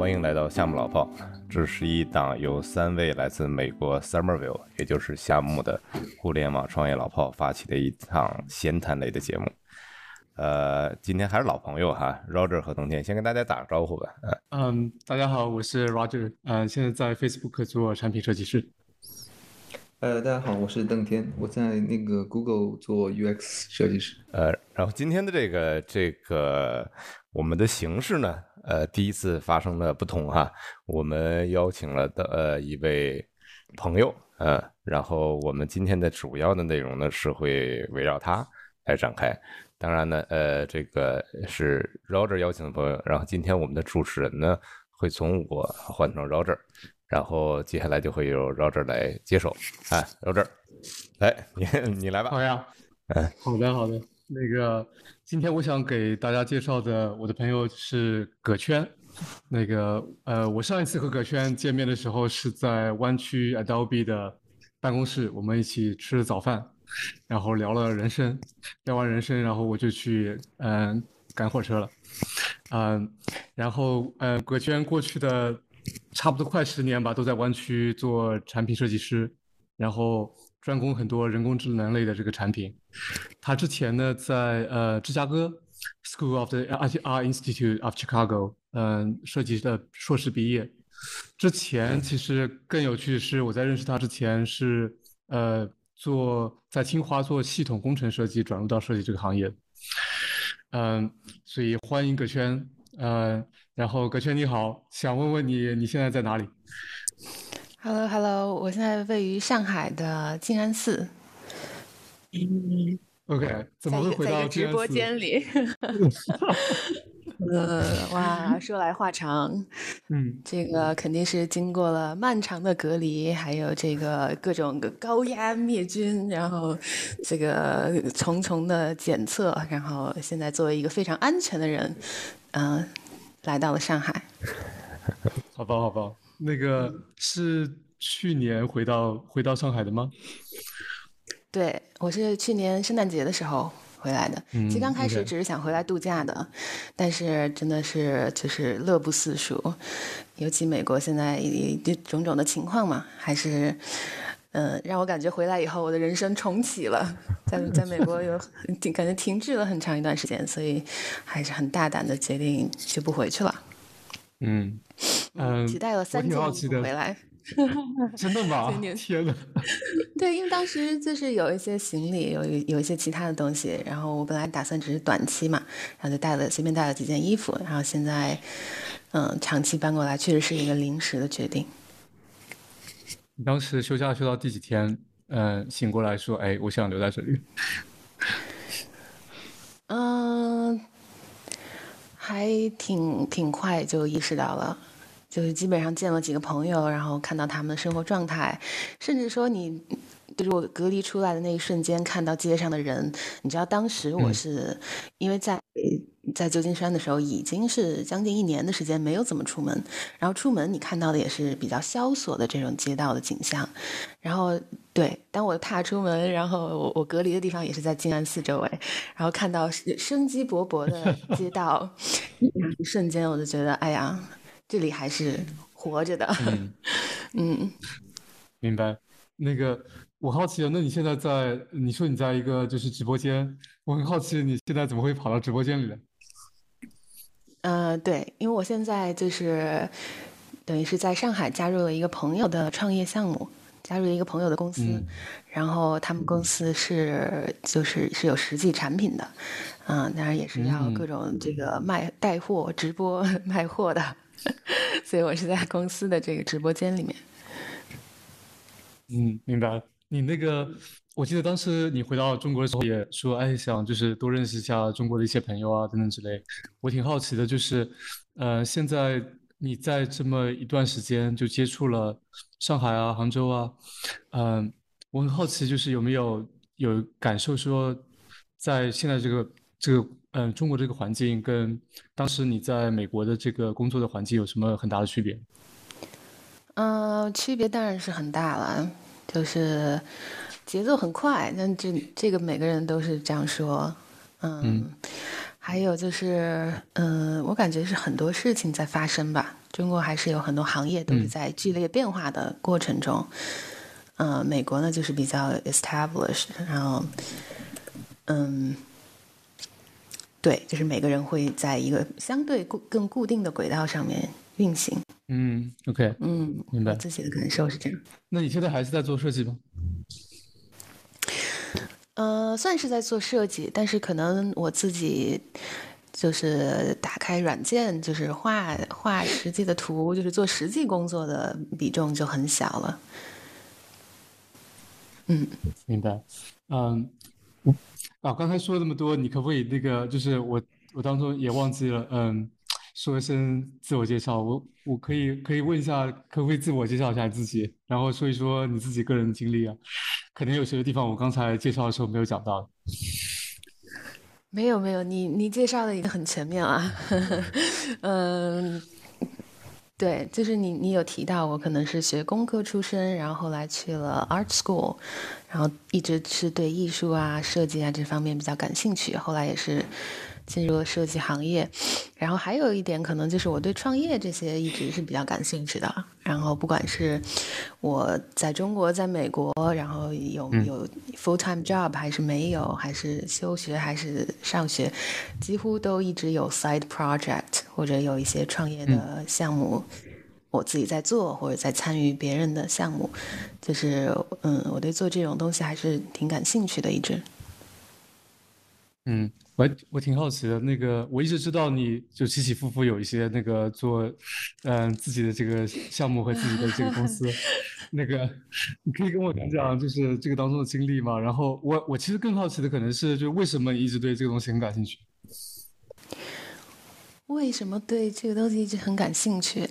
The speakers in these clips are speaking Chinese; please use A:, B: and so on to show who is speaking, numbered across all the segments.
A: 欢迎来到夏目老炮。这是一档由3位来自美国 Somerville， 也就是夏目的互联网创业老炮发起的一场闲谈类的节目。今天还是老朋友哈 ，Roger 和冬天，先跟大家打个招呼吧。
B: 大家好，我是 Roger，现在在 Facebook 做产品设计师。
C: 大家好，我是邓天，我在那个 Google 做 UX 设计师。
A: 然后今天的这个我们的形式呢，第一次发生了不同哈，我们邀请了一位朋友，然后我们今天的主要的内容呢是会围绕他来展开。当然呢，这个是 Roger 邀请的朋友，然后今天我们的主持人呢会从我换成 Roger。然后接下来就会由 Roger 来接手，Roger， 来你来吧。
B: 好呀，好的。那个今天我想给大家介绍的我的朋友是葛圈。那个我上一次和葛圈见面的时候是在湾区 Adobe 的办公室，我们一起吃了早饭，然后聊了人生，聊完人生，然后我就去赶火车了，然后葛圈过去的差不多快10年吧，都在湾区做产品设计师，然后专攻很多人工智能类的这个产品。他之前呢在芝加哥 School of the Art Institute of Chicago 设计的硕士毕业。之前其实更有趣的是，我在认识他之前是在清华做系统工程设计，转入到设计这个行业。所以欢迎葛圈。然后葛圈你好，想问问你现在在哪里？
D: Hello， 我现在位于上海的静安寺。
B: OK， 怎么会回到
D: 直播间里？哇，说来话长。这个肯定是经过了漫长的隔离，还有这个各种高压灭菌，然后这个重重的检测，然后现在作为一个非常安全的人，来到了上海。
B: 好吧，那个是去年回到上海的吗？
D: 对，我是去年圣诞节的时候回来的。其实刚开始只是想回来度假的，但是真的是就是乐不思蜀。尤其美国现在种种的情况嘛，还是让我感觉回来以后我的人生重启了。在美国感觉停滞了很长一段时间，所以还是很大胆的决定就不回去了。只带了3件衣服回来。
B: 真的吗？天哪！
D: 对，因为当时就是有一些行李，有一些其他的东西，然后我本来打算只是短期嘛，然后就随便带了几件衣服，然后现在长期搬过来确实是一个临时的决定。
B: 你当时休假休到第几天？醒过来说，哎，我想留在这里。
D: 还挺快就意识到了。就是基本上见了几个朋友，然后看到他们的生活状态，甚至说就是我隔离出来的那一瞬间看到街上的人，你知道当时我是因为在旧金山的时候已经是将近1年的时间没有怎么出门，然后出门你看到的也是比较萧索的这种街道的景象，然后对，当我踏出门，然后我隔离的地方也是在静安寺周围，然后看到生机勃勃的街道，一瞬间我就觉得哎呀，这里还是活着的。
B: 明白。那个我好奇了，那你现在你说你在一个就是直播间，我很好奇你现在怎么会跑到直播间里来？
D: 对，因为我现在就是等于是在上海加入了一个朋友的创业项目，加入了一个朋友的公司，然后他们公司是有实际产品的，当然也是要各种这个带货、直播卖货的。所以我是在公司的这个直播间里面。
B: 明白。你那个，我记得当时你回到中国的时候也说，哎，想就是多认识一下中国的一些朋友啊，等等之类。我挺好奇的，就是现在你在这么一段时间就接触了上海啊、杭州啊，我很好奇，就是有没有感受说，在现在这个中国这个环境跟当时你在美国的这个工作的环境有什么很大的区别？
D: 区别当然是很大了，就是节奏很快，但这个每个人都是这样说。 还有就是，我感觉是很多事情在发生吧。中国还是有很多行业都是在剧烈变化的过程中。美国呢就是比较 established， 然后，对，就是每个人会在一个相对更固定的轨道上面运行。
B: OK，明白。
D: 我自己的感受是这样。
B: 那你现在还是在做设计吗？
D: 算是在做设计，但是可能我自己就是打开软件，就是画实际的图，就是做实际工作的比重就很小了。
B: 明白。刚才说了那么多，你可不可以那个，就是我当中也忘记了，说一声自我介绍。我可以问一下，可不可以自我介绍一下自己，然后说一说你自己个人的经历啊？可能有些地方我刚才介绍的时候没有讲到。
D: 没有，你介绍的已经很全面了。对，就是你有提到我可能是学工科出身，然后后来去了 art school， 然后一直是对艺术啊、设计啊这方面比较感兴趣，后来也是进入了设计行业。然后还有一点可能就是我对创业这些一直是比较感兴趣的。然后不管是我在中国、在美国，然后有 full time job 还是没有，还是休学还是上学，几乎都一直有 side project 或者有一些创业的项目，我自己在做或者在参与别人的项目，就是我对做这种东西还是挺感兴趣的，一直。
B: 我挺好奇的，那个我一直知道你就起起伏伏有一些那个做，自己的这个项目和自己的这个公司，那个你可以跟我讲讲就是这个当中的经历吗？然后我其实更好奇的可能是，就为什么你一直对这个东西很感兴趣？
D: 为什么对这个东西一直很感兴趣？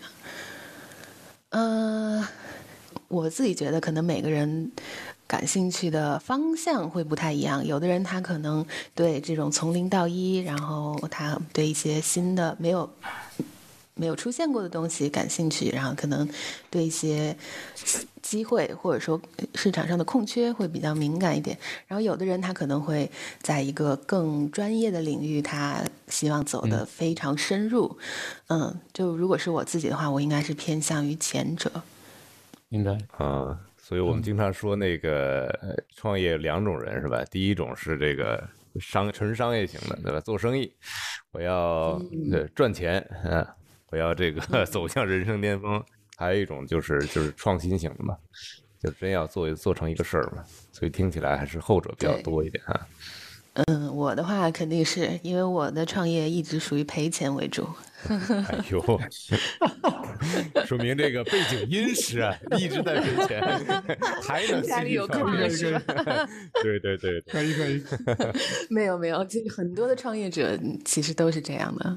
D: 我自己觉得可能每个人感兴趣的方向会不太一样，有的人他可能对这种从零到一，然后他对一些新的没有出现过的东西感兴趣，然后可能对一些机会或者说市场上的空缺会比较敏感一点，然后有的人他可能会在一个更专业的领域，他希望走得非常深入。就如果是我自己的话，我应该是偏向于前者。
B: 明白。
A: 所以我们经常说那个创业两种人是吧？第一种是这个纯商业型的，对吧？做生意，我要赚钱，我要这个走向人生巅峰。还有一种就是创新型的嘛，就真要做成一个事儿嘛。所以听起来还是后者比较多一点啊。
D: 我的话肯定是因为我的创业一直属于赔钱为主。
A: 哎呦，说明这个背景殷实啊，一直在赔钱，还能
D: 家里有矿是吧？
A: 对，
B: 可以。
D: 没有，这很多的创业者其实都是这样的。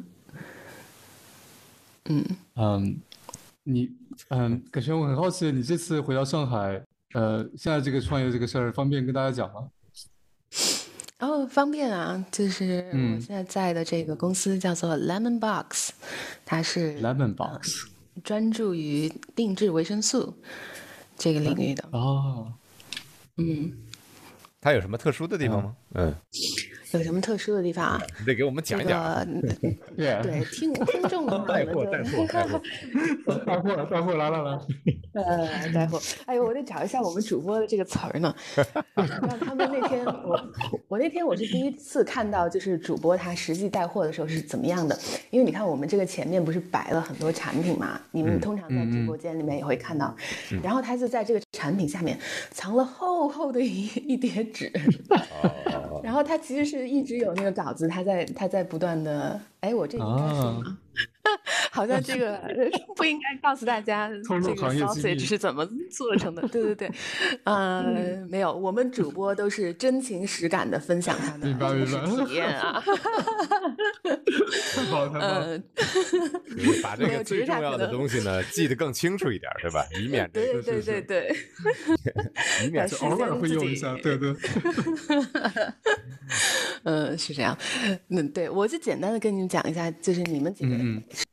B: 葛轩，我很好奇，你这次回到上海，现在这个创业这个事儿，方便跟大家讲吗？
D: 方便啊，就是我现在在的这个公司叫做 Lemon Box， 它是
B: Lemon Box，
D: 专注于定制维生素这个领域的。
A: 它有什么特殊的地方吗？
D: 有什么特殊的地方啊？
A: 你得给我们讲一讲。
D: 对，听众的话，
A: 带货，来。
D: 带货。哎呦，我得找一下我们主播的这个词儿呢。让他们那天我那天我是第一次看到，就是主播他实际带货的时候是怎么样的。因为你看我们这个前面不是摆了很多产品嘛，你们通常在直播间里面也会看到，然后他就在这个产品下面藏了厚厚的一叠纸。然后他其实是一直有那个稿子，他在不断的，我这应该说吗？好像这个不应该告诉大家这个 sausage 是怎么做成的。对，没有，我们主播都是真情实感的分享他的体验啊。
B: 太棒了！
A: 把这个最重要的东西呢记得更清楚一点，对吧？以免
D: 对，
A: 以免
B: 偶尔会用一下，对。
D: 是这样。对，我就简单的跟你们讲一下，就是你们几个人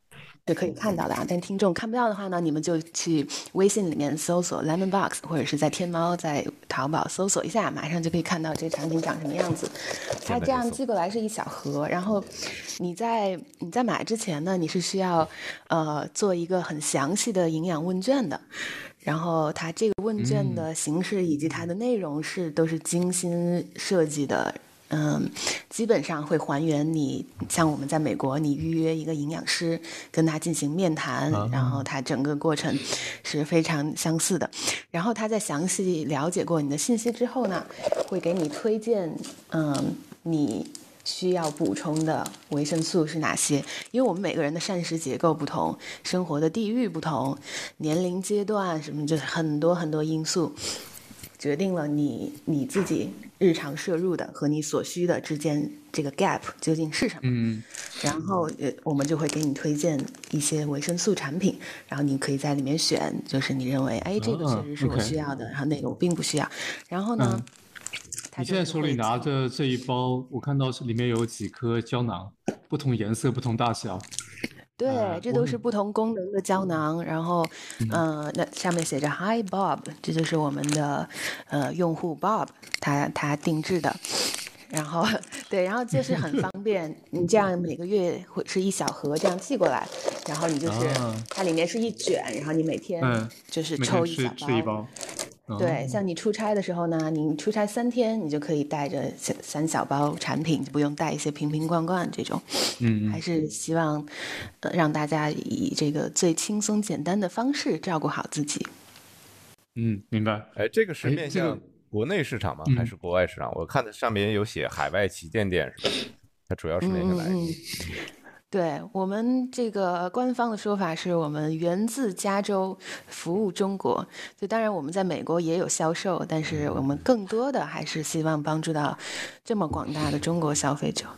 D: 是可以看到的啊，但听众看不到的话呢，你们就去微信里面搜索 Lemon Box， 或者是在天猫、在淘宝搜索一下，马上就可以看到这个产品长什么样子。它这样寄过来是一小盒，然后你在买之前呢，你是需要做一个很详细的营养问卷的。然后它这个问卷的形式以及它的内容都是精心设计的。基本上会还原你像我们在美国，你预约一个营养师跟他进行面谈，然后他整个过程是非常相似的。然后他在详细了解过你的信息之后呢，会给你推荐，你需要补充的维生素是哪些？因为我们每个人的膳食结构不同，生活的地域不同，年龄阶段什么，就是很多很多因素。决定了你自己日常摄入的和你所需的之间这个 gap 究竟是什么。然后我们就会给你推荐一些维生素产品，然后你可以在里面选，就是你认为这个确实是我需要的，然后那个我并不需要。然后呢，
B: 你现在手里拿着这一包，我看到是里面有几颗胶囊，不同颜色、不同大小。
D: 对，这都是不同功能的胶囊，然后，那上面写着 Hi Bob， 这就是我们的用户 Bob， 他定制的，然后对，然后就是很方便，你这样每个月会是一小盒这样寄过来，然后你就是它里面是一卷，然后你每天就是抽一小包。
B: 吃一包。
D: 对，像你出差的时候呢，你出差3天，你就可以带着3小包产品，就不用带一些瓶瓶罐罐这种。还是希望让大家以这个最轻松简单的方式照顾好自己。
B: 明白。
A: 这个是面向国内市场吗？还是国外市场？我看它上面有写海外旗舰店，是吧？它主要是面向哪里？
D: 对，我们这个官方的说法是我们源自加州，服务中国。就当然我们在美国也有销售，但是我们更多的还是希望帮助到这么广大的中国消费者。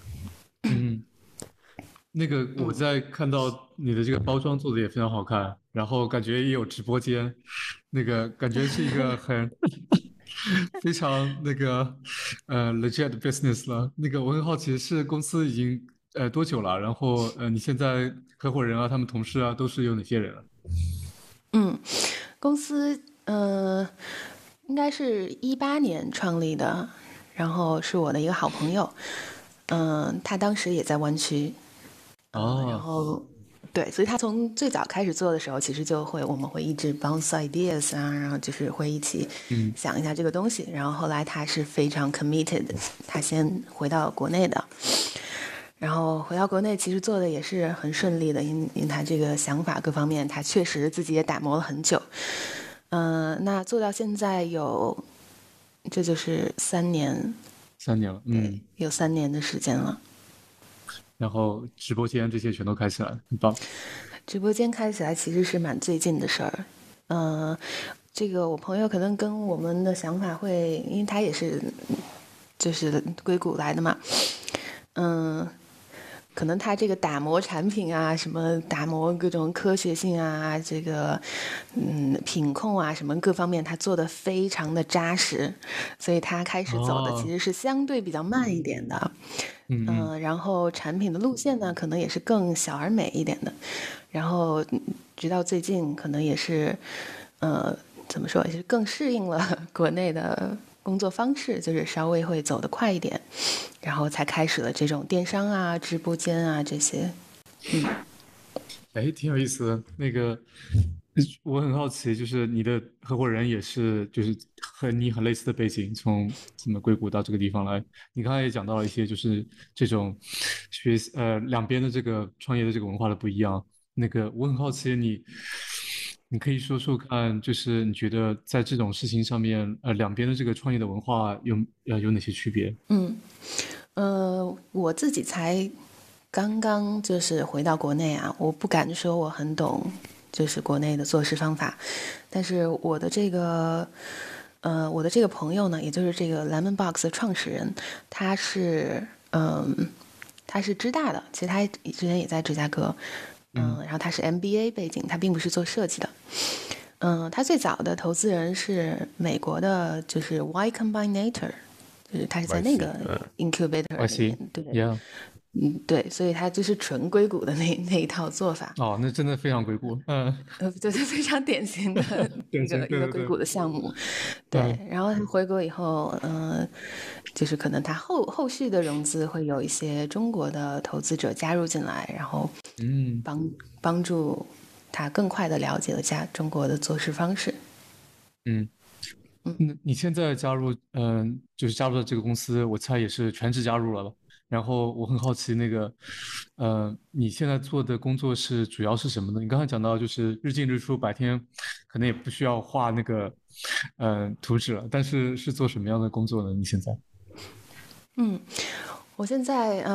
B: 那个我在看到你的这个包装做的也非常好看，然后感觉也有直播间，那个感觉是一个很非常那个legit business 了。那个我很好奇，是公司已经多久了？然后你现在合伙人啊，他们同事啊，都是有哪些人啊？
D: 公司应该是18年创立的，然后是我的一个好朋友，他当时也在湾区。然后对，所以他从最早开始做的时候，其实我们会一直 bounce ideas 啊，然后就是会一起想一下这个东西。然后后来他是非常 committed， 他先回到国内的，然后回到国内其实做的也是很顺利的，因为他这个想法各方面，他确实自己也打磨了很久。那做到现在这就是3年
B: 了，
D: 有3年的时间了。
B: 然后直播间这些全都开起来，很棒。
D: 直播间开起来其实是蛮最近的事儿。这个我朋友可能跟我们的想法会，因为他也是就是硅谷来的嘛，可能他这个打磨产品啊，什么打磨各种科学性啊，这个品控啊，什么各方面他做的非常的扎实，所以他开始走的其实是相对比较慢一点的。然后产品的路线呢，可能也是更小而美一点的。然后直到最近，可能也是怎么说，也是更适应了国内的工作方式，就是稍微会走得快一点，然后才开始了这种电商啊、直播间啊这些。
B: 挺有意思的。那个我很好奇，就是你的合伙人也是就是和你很类似的背景，从什么硅谷到这个地方来。你刚才也讲到了一些就是这种两边的这个创业的这个文化的不一样。那个我很好奇你可以说说看，就是你觉得在这种事情上面，两边的这个创业的文化有哪些区别？
D: 我自己才刚刚就是回到国内啊，我不敢说我很懂就是国内的做事方法，但是我的这个朋友呢，也就是这个 Lemon Box 的创始人，他是芝大的，其实他之前也在芝加哥。然后他是 MBA 背景，他并不是做设计的。他最早的投资人是美国的，就是 Y Combinator， 就是他是在那个 incubator 里面，对。 对，所以它就是纯硅谷的那一套做法。
B: 哦，那真的非常硅谷。
D: 就是非常典型的
B: 典型
D: 一个硅谷的项目。对，然后他回国以后，就是可能他后续的融资会有一些中国的投资者加入进来，然后帮助他更快的了解了中国的做事方式。
B: 那你现在加入，就是加入了这个公司，我猜也是全职加入了吧？然后我很好奇，你现在做的工作主要是什么呢？你刚才讲到就是日进日出，白天可能也不需要画图纸了，但是做什么样的工作呢？你现在？
D: 我现在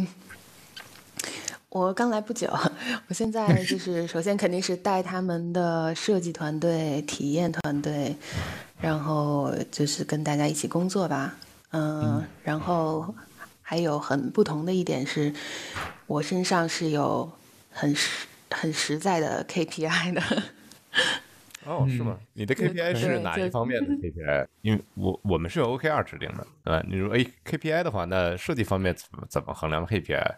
D: 我刚来不久，我现在就是首先肯定是带他们的设计团队、体验团队，然后就是跟大家一起工作吧。然后还有很不同的一点是，我身上是有很实在的 KPI 的。
A: 哦，是吗？你的 KPI 是哪一方面的 KPI？因为我们是用 OKR 制定的，对吧？你说KPI 的话，那设计方面怎么衡量 KPI？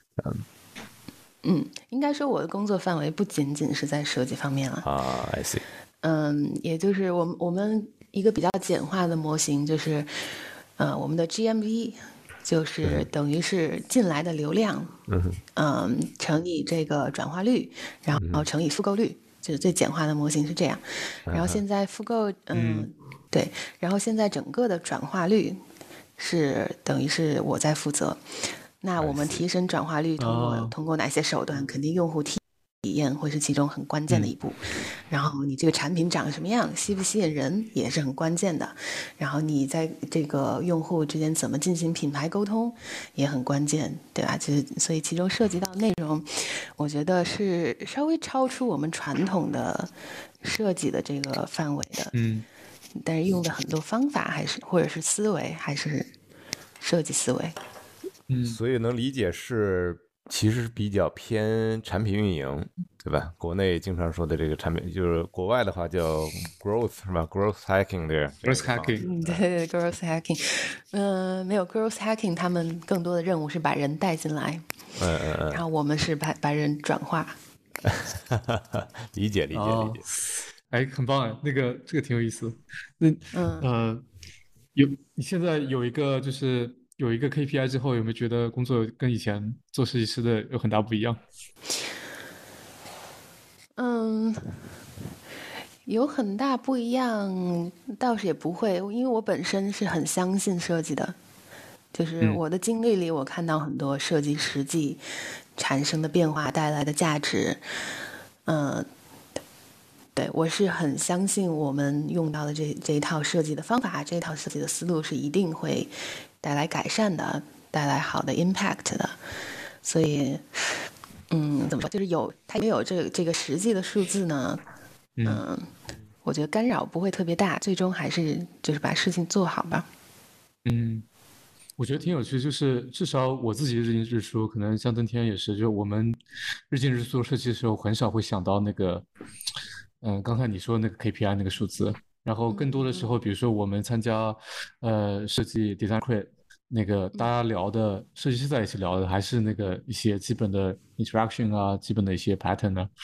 D: 应该说我的工作范围不仅仅是在设计方面了。
A: 啊，I see。
D: 也就是我们一个比较简化的模型就是，我们的 GMV 就是等于是进来的流量，乘以这个转化率，然后乘以复购率，就是最简化的模型是这样。然后现在复购，对，然后现在整个的转化率是等于是我在负责。那我们提升转化率通过哪些手段？肯定用户体验会是其中很关键的一步。然后你这个产品长什么样，吸不吸引人也是很关键的。然后你在这个用户之间怎么进行品牌沟通也很关键，对吧？所以其中涉及到内容，我觉得是稍微超出我们传统的设计的这个范围的。但是用的很多方法或者是思维还是设计思维。
A: 所以能理解其实比较偏产品运营，对吧？国内经常说的这个产品，就是国外的话叫 growth 是吧 ？growth hacking 对
B: growth hacking，
D: 对 growth hacking， 没有 growth hacking， 他们更多的任务是把人带进来，然后我们是把人转化。
A: 理解。
B: 哎，很棒哎，这个挺有意思。你现在有一个 KPI 之后，有没有觉得工作跟以前做设计师的有很大不一样？
D: 有很大不一样，倒是也不会，因为我本身是很相信设计的，就是我的经历里，我看到很多设计实际产生的变化带来的价值。对，我是很相信我们用到的这一套设计的方法，这一套设计的思路是一定会带来改善的，带来好的 impact 的。所以，怎么说，就是它没有这个实际的数字呢？我觉得干扰不会特别大，最终还是就是把事情做好吧。
B: 我觉得挺有趣，就是至少我自己日进日出，可能像登天也是，就我们日进日出设计的时候，很少会想到那个。刚才你说那个 KPI 那个数字，然后更多的时候，比如说我们参加设计 Design Crit 那个大家聊的设计师在一起聊的，还是那个一些基本的 interaction 啊，基本的一些 pattern 啊，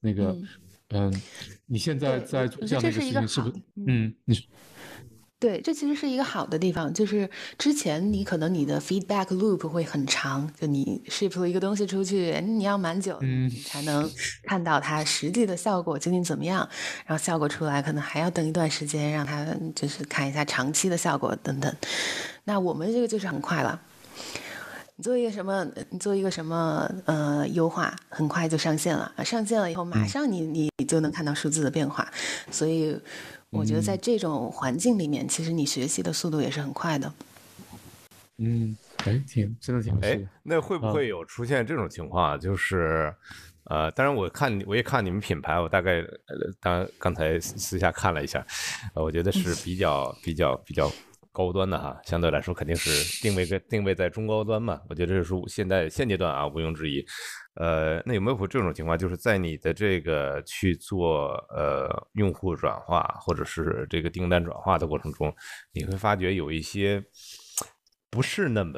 B: 你现在在做这样的一个事情，是不是？你说。
D: 对，这其实是一个好的地方，就是之前你可能你的 feedback loop 会很长，就你 ship 了一个东西出去，你要蛮久才能看到它实际的效果究竟怎么样，然后效果出来可能还要等一段时间，让它就是看一下长期的效果等等。那我们这个就是很快了。你做一个什么优化，很快就上线了，上线了以后马上你就能看到数字的变化，所以我觉得在这种环境里面，其实你学习的速度也是很快的。
B: 真的挺有趣的。
A: 那会不会有出现这种情况？就是当然我也看你们品牌，我大概刚才私下看了一下，我觉得是比较高端的哈，相对来说肯定是定位在中高端嘛，我觉得这是现阶段啊，毋庸置疑。那有没有这种情况，就是在你的这个去做用户转化或者是这个订单转化的过程中，你会发觉有一些不是那么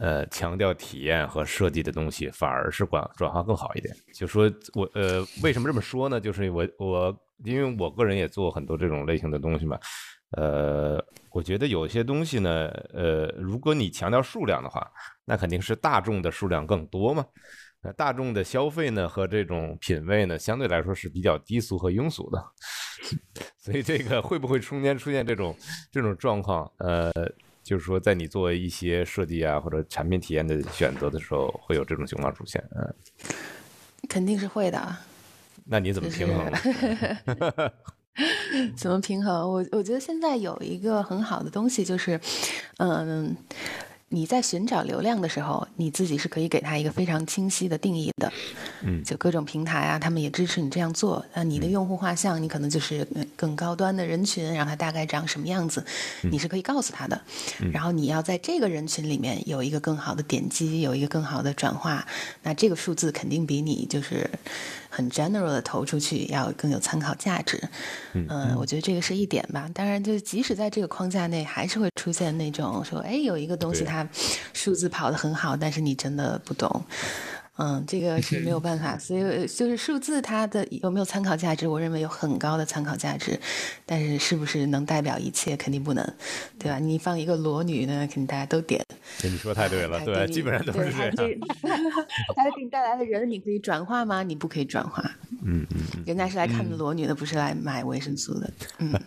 A: 强调体验和设计的东西，反而是转化更好一点。就说为什么这么说呢？就是因为我个人也做很多这种类型的东西嘛，我觉得有些东西呢，如果你强调数量的话，那肯定是大众的数量更多嘛。大众的消费呢和这种品味呢，相对来说是比较低俗和庸俗的，所以这个会不会中间出现这种状况？就是说，在你做一些设计啊或者产品体验的选择的时候，会有这种情况出现。
D: 肯定是会的。
A: 那你怎么平衡呢？
D: 怎么平衡？我觉得现在有一个很好的东西，就是，你在寻找流量的时候，你自己是可以给它一个非常清晰的定义的。就各种平台啊，他们也支持你这样做。那你的用户画像，你可能就是更高端的人群，然后它大概长什么样子，你是可以告诉他的。然后你要在这个人群里面有一个更好的点击，有一个更好的转化，那这个数字肯定比你就是很 general 的投出去要更有参考价值。我觉得这个是一点吧。当然，就是即使在这个框架内，还是会出现那种说，哎，有一个东西它数字跑得很好，但是你真的不懂。这个是没有办法，所以就是数字它的有没有参考价值，我认为有很高的参考价值，但是是不是能代表一切，肯定不能，对吧？你放一个裸女呢，肯定大家都点。
A: 你说太对了，对，基本上都是这样。
D: 它给你带来的人，你可以转化吗？你不可以转化。人家是来看裸女的，不是来买维生素的。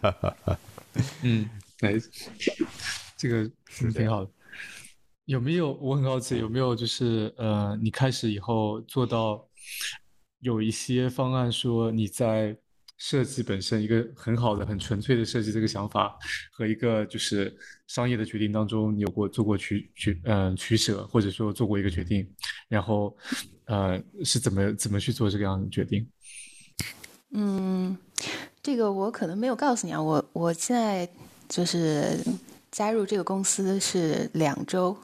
B: 这个挺好的。有没有我很好奇，有没有就是你开始以后做到有一些方案，说你在设计本身一个很好的、很纯粹的设计这个想法和一个就是商业的决定当中，你有做过取舍，或者说做过一个决定，然后是怎么去做这个样的决定？
D: 这个我可能没有告诉你啊，我现在就是加入这个公司是2周。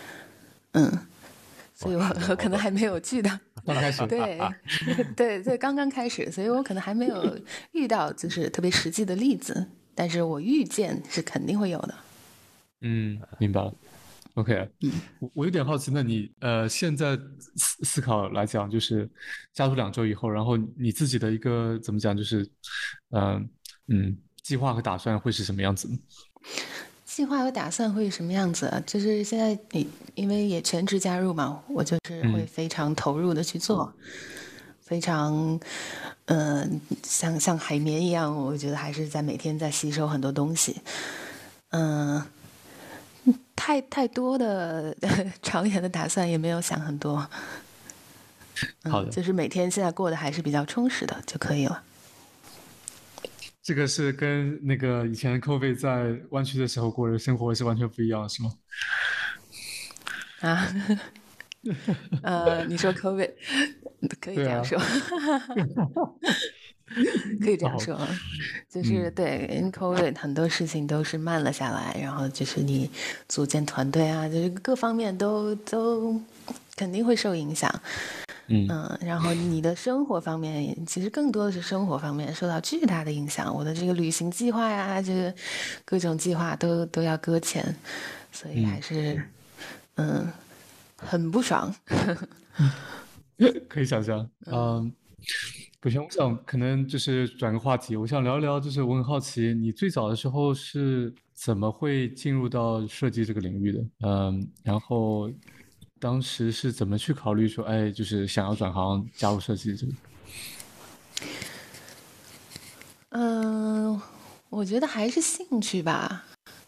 D: 所以我可能还没有遇到，
B: 刚开始，
D: 对，刚刚开始，所以我可能还没有遇到就是特别实际的例子，但是我预见是肯定会有的。
B: 明白了。OK，我有点好奇，那你现在思考来讲，就是加入2周以后，然后你自己的一个怎么讲，就是计划和打算会是什么样子呢？
D: 计划和打算会是什么样子？就是现在因为也全职加入嘛，我就是会非常投入的去做，非常像海绵一样，我觉得还是在每天在吸收很多东西。太多的长远的打算也没有想很多。
B: 好的，
D: 就是每天现在过得还是比较充实的就可以了。
B: 这个是跟那个以前 COVID 在湾区的时候过的生活是完全不一样，是吗？
D: 你说 COVID 可以这样说。可以这样说，就是对 COVID 很多事情都是慢了下来，然后就是你组建团队啊，就是各方面都肯定会受影响。然后你的生活方面，其实更多的是生活方面受到巨大的影响。我的这个旅行计划呀，这个各种计划都要搁浅，所以还是很不爽。
B: 可以想象。不行，我想可能就是转个话题，我想聊一聊，就是我很好奇，你最早的时候是怎么会进入到设计这个领域的？然后当时是怎么去考虑说，哎，就是想要转行加入设计这个？
D: 我觉得还是兴趣吧。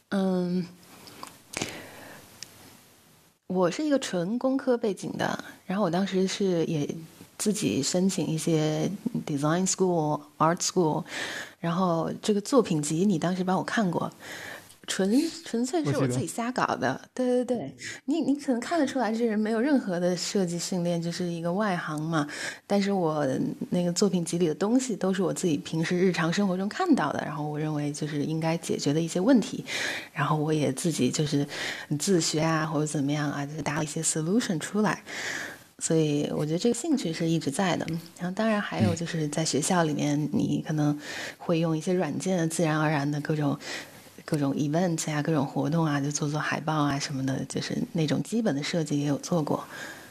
D: 我是一个纯工科背景的，然后我当时是也自己申请一些 design school、art school， 然后这个作品集你当时帮我看过，纯粹是我自己瞎搞的。对，你可能看得出来这人没有任何的设计训练，就是一个外行嘛。但是我那个作品集里的东西都是我自己平时日常生活中看到的，然后我认为就是应该解决的一些问题，然后我也自己就是自学啊或者怎么样啊，就是搭一些 solution 出来。所以我觉得这个兴趣是一直在的。然后当然还有就是在学校里面，你可能会用一些软件，自然而然的各种各种 event 啊，各种活动啊，就做做海报啊什么的，就是那种基本的设计也有做过。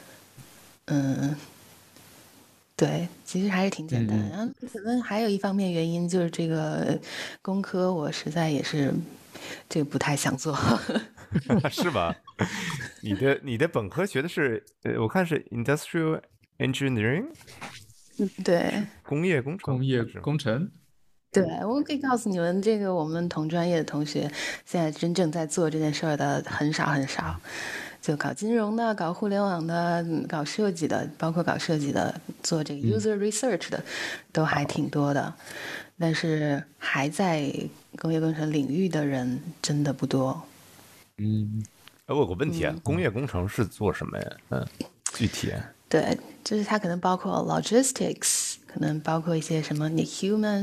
D: 对，其实还是挺简单。然后可能还有一方面原因就是这个工科，我实在也是这个不太想做。
A: 是吧？你的本科学的是我看是 industrial engineering，
D: 对，
A: 工业工程，
B: 工业工程。
D: 对，我可以告诉你们，这个我们同专业的同学，现在真正在做这件事儿的很少很少。就搞金融的、搞互联网的、搞设计的，包括搞设计的、做这个 user research 的，都还挺多的。但是还在工业工程领域的人真的不多。
A: 我有个问题啊，工业工程是做什么呀？具体？
D: 对，就是它可能包括 logistics， 可能包括一些什么你 human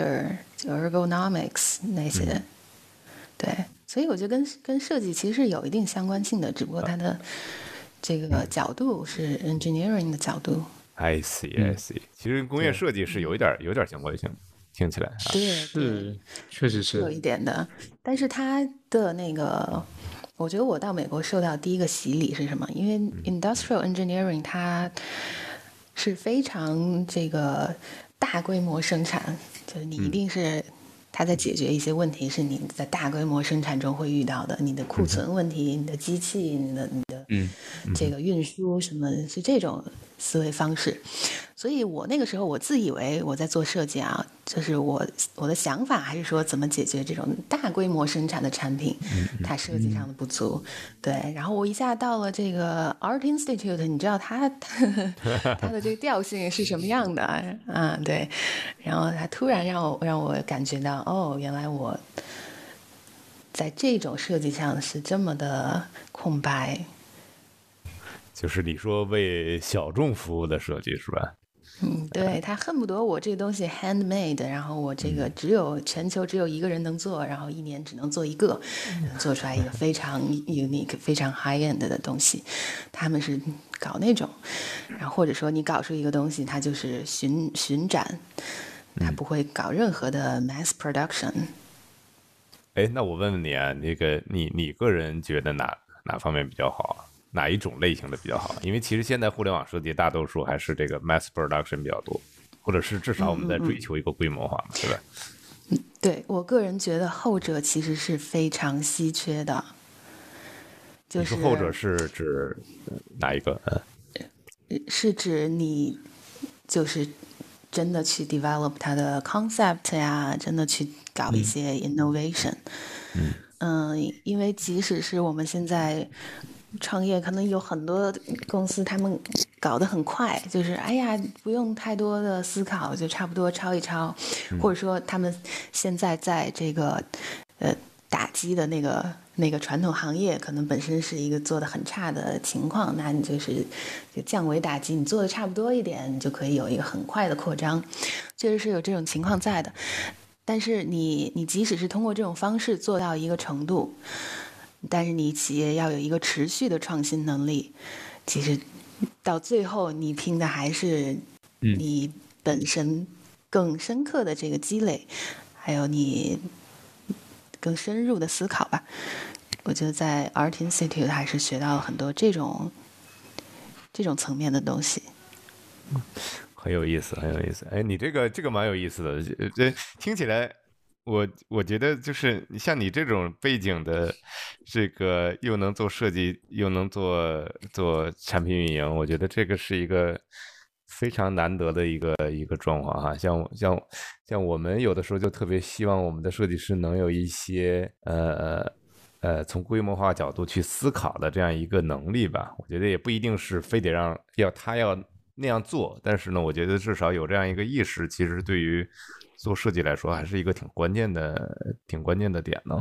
D: factor、ergonomics 那些。对，所以我觉得跟设计其实是有一定相关性的，只不过它的这个角度是 engineering 的角度。
A: I see, I see。其实工业设计是有点相关性，听起来。
D: 对，
B: 是，确实是
D: 有一点的。但是它的那个，我觉得我到美国受到第一个洗礼是什么？因为 industrial engineering 它是非常这个大规模生产，就是你一定是。它在解决一些问题，是你在大规模生产中会遇到的，你的库存问题、你的机器、你的这个运输什么，是这种思维方式。所以我那个时候我自以为我在做设计啊，就是我的想法还是说怎么解决这种大规模生产的产品，它设计上的不足。对，然后我一下到了这个 Art Institute， 你知道它的这个调性是什么样的啊？对，然后它突然让我感觉到，哦，原来我在这种设计上是这么的空白。
A: 就是你说为小众服务的设计是吧？
D: 对，他恨不得我这个东西 handmade， 然后我这个全球只有一个人能做，然后一年只能做一个，做出来一个非常 unique、非常 high end 的东西。他们是搞那种，然后或者说你搞出一个东西，它就是巡展，它不会搞任何的 mass production。
A: 那我问问你啊，那个你个人觉得哪方面比较好啊？哪一种类型的比较好？因为其实现在互联网设计大多数还是这个 mass production 比较多，或者是至少我们在追求一个规模化嘛，对吧？
D: 对，我个人觉得后者其实是非常稀缺的。就是
A: 你说后者是指哪一个？
D: 是指你就是真的去 develop 它的 concept 呀，真的去搞一些 innovation。因为即使是我们现在创业，可能有很多公司他们搞得很快，就是哎呀不用太多的思考，就差不多抄一抄，或者说他们现在在这个打击的那个传统行业，可能本身是一个做的很差的情况，那你就降维打击，你做的差不多一点，你就可以有一个很快的扩张，确实是有这种情况在的。但是你即使是通过这种方式做到一个程度，但是你企业要有一个持续的创新能力，其实到最后你拼的还是你本身更深刻的这个积累，还有你更深入的思考吧。我觉得在 Art Institute 还是学到了很多这种层面的东西。
A: 很有意思，很有意思。你这个蛮有意思的，这听起来，我觉得就是像你这种背景的，这个又能做设计，又能做产品运营，我觉得这个是一个非常难得的一个状况哈。像我们有的时候就特别希望我们的设计师能有一些从规模化角度去思考的这样一个能力吧。我觉得也不一定是非得他要那样做，但是呢，我觉得至少有这样一个意识，其实对于做设计来说，还是一个挺关键的点呢。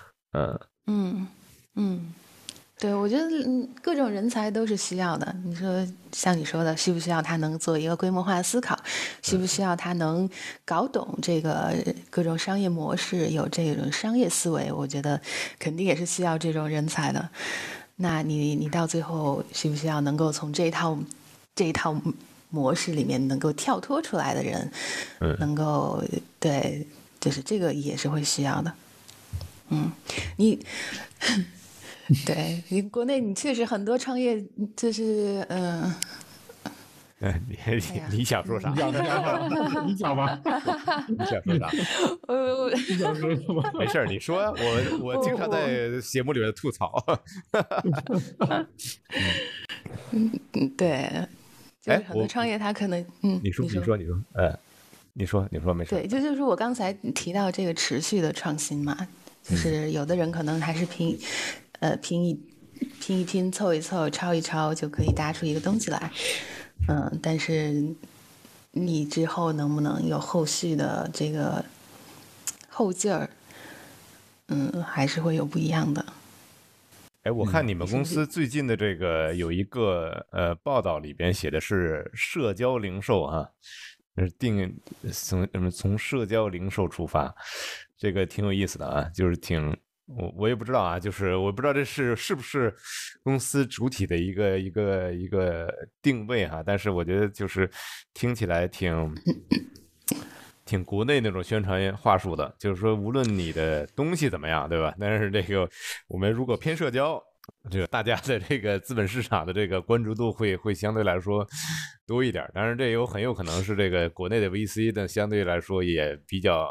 D: 对，我觉得各种人才都是需要的。你说像你说的，需不需要他能做一个规模化的思考？需不需要他能搞懂这个各种商业模式，有这种商业思维？我觉得肯定也是需要这种人才的。那你到最后需不需要能够从这一套模式里面能够跳脱出来的人，能够对，就是这个也是会需要的。 你对你国内你确实很多创业就是
A: 你想说啥？
B: 你讲吧，你讲吧，
A: 你想说啥？
B: 你想说什么？
A: 没事儿，你说呀。我经常在节目里面吐槽。
D: 对，就是很多创业他可能
A: 你说，你说，没事。
D: 对，就是我刚才提到这个持续的创新嘛，就是有的人可能还是拼一拼，凑一凑，抄一抄就可以搭出一个东西来。但是你之后能不能有后续的这个后劲儿，还是会有不一样的。
A: 哎，我看你们公司最近的这个有一个报道里边写的是社交零售啊，从社交零售出发，这个挺有意思的啊，就是我也不知道啊，就是我不知道这是不是公司主体的一个定位哈，但是我觉得就是听起来挺国内那种宣传话术的，就是说无论你的东西怎么样，对吧？但是这个我们如果偏社交，这个大家的这个资本市场的这个关注度会相对来说多一点。当然，这很有可能是这个国内的 VC 的相对来说也比较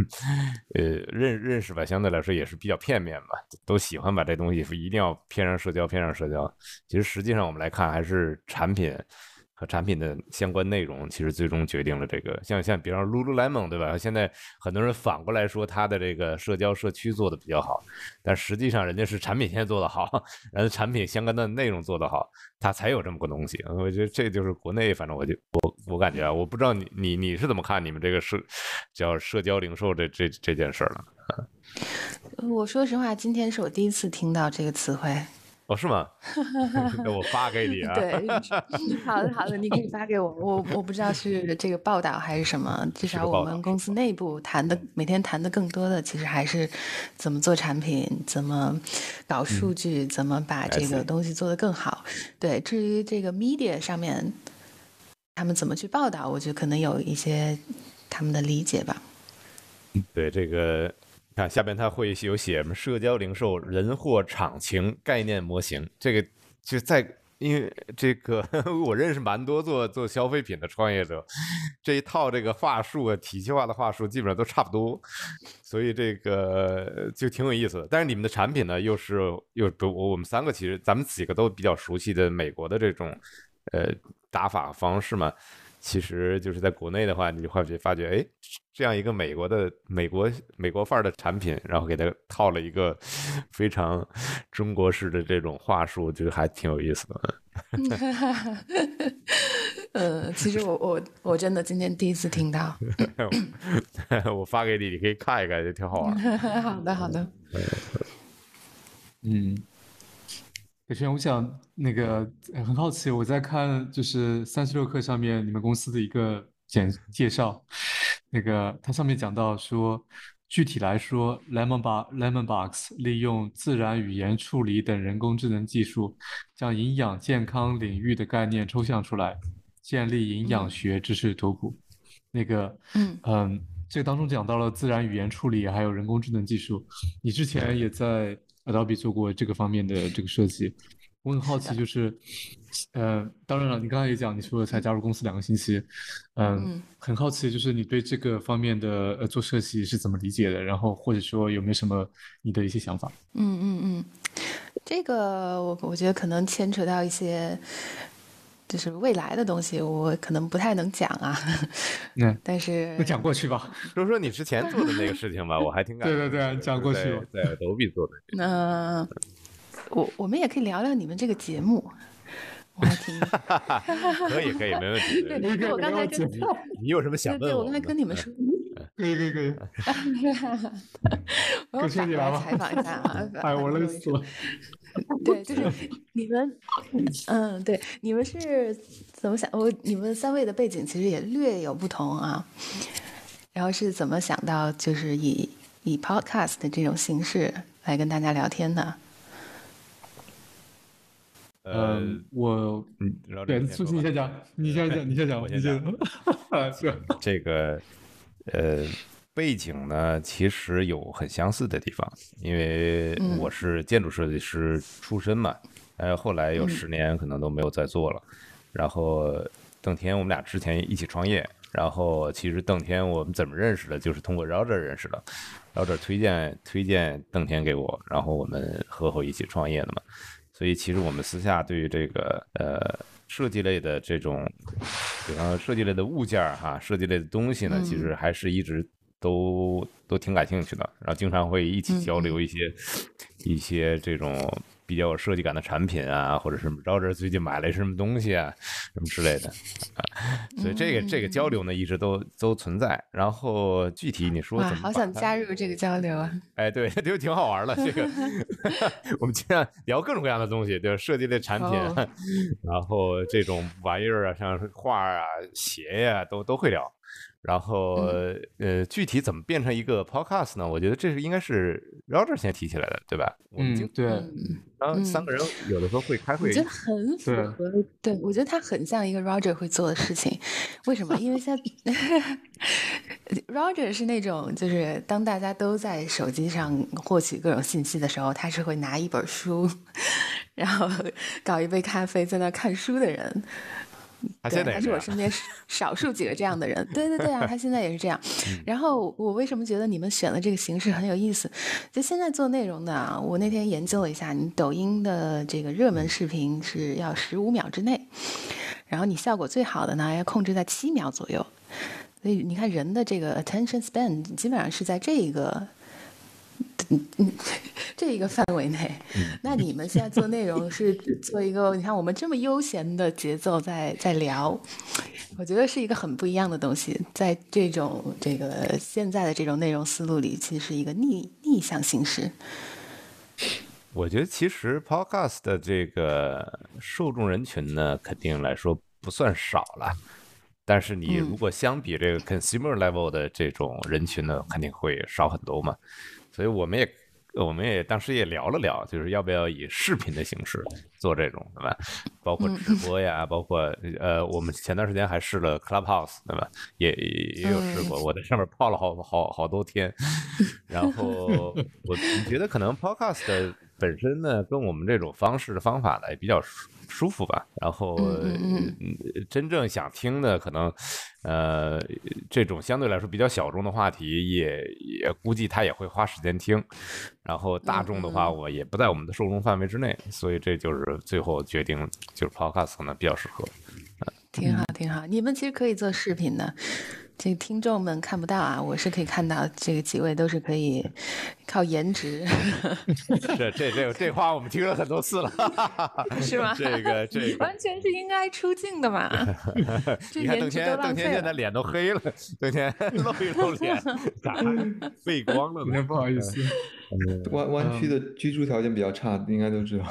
A: 认识吧，相对来说也是比较片面吧，都喜欢把这东西一定要偏上社交。其实实际上我们来看，还是产品和产品的相关内容，其实最终决定了这个。像比方说 Lululemon 对吧？现在很多人反过来说它的这个社交社区做的比较好，但实际上人家是产品先做的好，然后产品相关的内容做的好，它才有这么个东西。我觉得这就是国内，反正我感觉啊，我不知道你是怎么看你们这个叫社交零售这件事了。
D: 我说实话，今天是我第一次听到这个词汇。
A: 哦，是吗？那我发给你啊。
D: 对，好的，你可以发给我。我不知道是这个报道还是什么，至少我们公司内部每天谈的更多的，其实还是怎么做产品，怎么搞数据，怎么把这个东西做得更好。对，至于这个 media 上面他们怎么去报道，我觉得可能有一些他们的理解吧。
A: 对，这个看下边他会有写什么社交零售人货场情概念模型，这个就因为这个我认识蛮多做消费品的创业者，这一套这个话术啊，体系化的话术基本上都差不多，所以这个就挺有意思的。但是你们的产品呢，又我们三个其实咱们几个都比较熟悉的美国的这种打法方式嘛。其实就是在国内的话，你就会发觉，哎，这样一个美国范儿的产品，然后给它套了一个非常中国式的这种话术，就是还挺有意思
D: 的。其实我真的今天第一次听到。
A: 我发给你，你可以看一看，也挺好玩。
D: 好的。
B: 可轩，我想那个很好奇，我在看就是36氪上面你们公司的一个介绍，那个它上面讲到说，具体来说 ，Lemonbox 利用自然语言处理等人工智能技术，将营养健康领域的概念抽象出来，建立营养学知识图谱。这个当中讲到了自然语言处理还有人工智能技术，你之前也在Adobe 做过这个方面的这个设计，我很好奇，就是，当然了，你刚才也讲，你说才加入公司2个星期，很好奇，就是你对这个方面的做设计是怎么理解的，然后或者说有没有什么你的一些想法？
D: 这个我觉得可能牵扯到一些就是未来的东西，我可能不太能讲啊。但是
B: 那讲过去吧，
A: 说你之前做的那个事情吧，我还挺感兴趣的。
B: 对，讲过去吧。
A: 在 Adobe 做的。
D: 我们也可以聊聊你们这个节目，我还挺
A: 可以，没问题。
D: 对，我刚才跟
A: 你有什么想问
D: 我刚才跟你们说，
B: 可以。
D: 我要反过来采访一下啊！
B: 哎，我累死了。
D: 对，就是你们，对，你们是怎么想？你们3位的背景其实也略有不同啊。然后是怎么想到就是以 podcast 的这种形式来跟大家聊天的？
B: 对，苏琪，你先讲，你先讲，
A: 是这个背景呢，其实有很相似的地方，因为我是建筑设计师出身嘛，后来有10年可能都没有再做了。然后邓天我们俩之前一起创业，然后其实邓天我们怎么认识的，就是通过 Roger 认识的，Roger 推荐邓天给我，然后我们合伙一起创业的嘛。所以其实我们私下对于这个设计类的这种，比方设计类的物件哈，设计类的东西呢，其实还是一直都挺感兴趣的，然后经常会一起交流一些这种比较有设计感的产品啊，或者是Roger最近买了什么东西啊，什么之类的所以这个交流呢一直都存在。然后具体你说怎么
D: 好想加入这个交流啊！
A: 哎，对，就挺好玩的。这个我们经常聊各种各样的东西，对，设计类产品，然后这种玩意儿啊，像画啊、鞋呀、都会聊。然后具体怎么变成一个 podcast 呢？我觉得这应该是 Roger 先提起来的，对吧？
B: 对。
A: 然后3个人有的时候会开会，
D: 我觉得很符合，对，我觉得他很像一个 Roger 会做的事情。为什么？因为现在Roger 是那种，就是当大家都在手机上获取各种信息的时候，他是会拿一本书，然后搞一杯咖啡在那看书的人。对，他是我身边少数几个这样的人。对啊，他现在也是这样。然后我为什么觉得你们选的这个形式很有意思？就现在做内容的，我那天研究了一下，你抖音的这个热门视频是要15秒之内，然后你效果最好的呢要控制在7秒左右。所以你看人的这个 attention span 基本上是在这一个范围内。那你们现在做内容是做一个，你看我们这么悠闲的节奏在聊，我觉得是一个很不一样的东西。在这个现在的这种内容思路里，其实是一个逆向形式。
A: 我觉得其实 podcast 的这个受众人群呢，肯定来说不算少了。但是你如果相比这个 consumer level 的这种人群呢，肯定会少很多嘛。所以我们也当时也聊了聊，就是要不要以视频的形式做这种，对吧？包括直播呀，包括我们前段时间还试了 Clubhouse， 对吧？也有试过，我在上面泡了好多天。然后我觉得可能 podcast 的本身呢，跟我们这种方法呢也比较舒服吧。然后真正想听的可能这种相对来说比较小众的话题也估计他也会花时间听。然后大众的话我也不在我们的受众范围之内，所以这就是最后决定就是 podcast 可能比较适合。
D: 挺好，你们其实可以做视频的。这个听众们看不到啊，我是可以看到这个几位都是可以靠颜值。
A: 这话我们听了很多次了，
D: 是吗？
A: 这个
D: 完全是应该出镜的嘛。
A: 你看邓天现在脸都黑了，邓天露一露脸，背光了呢。
B: 不好意思，
C: 湾区的居住条件比较差，应该都知道。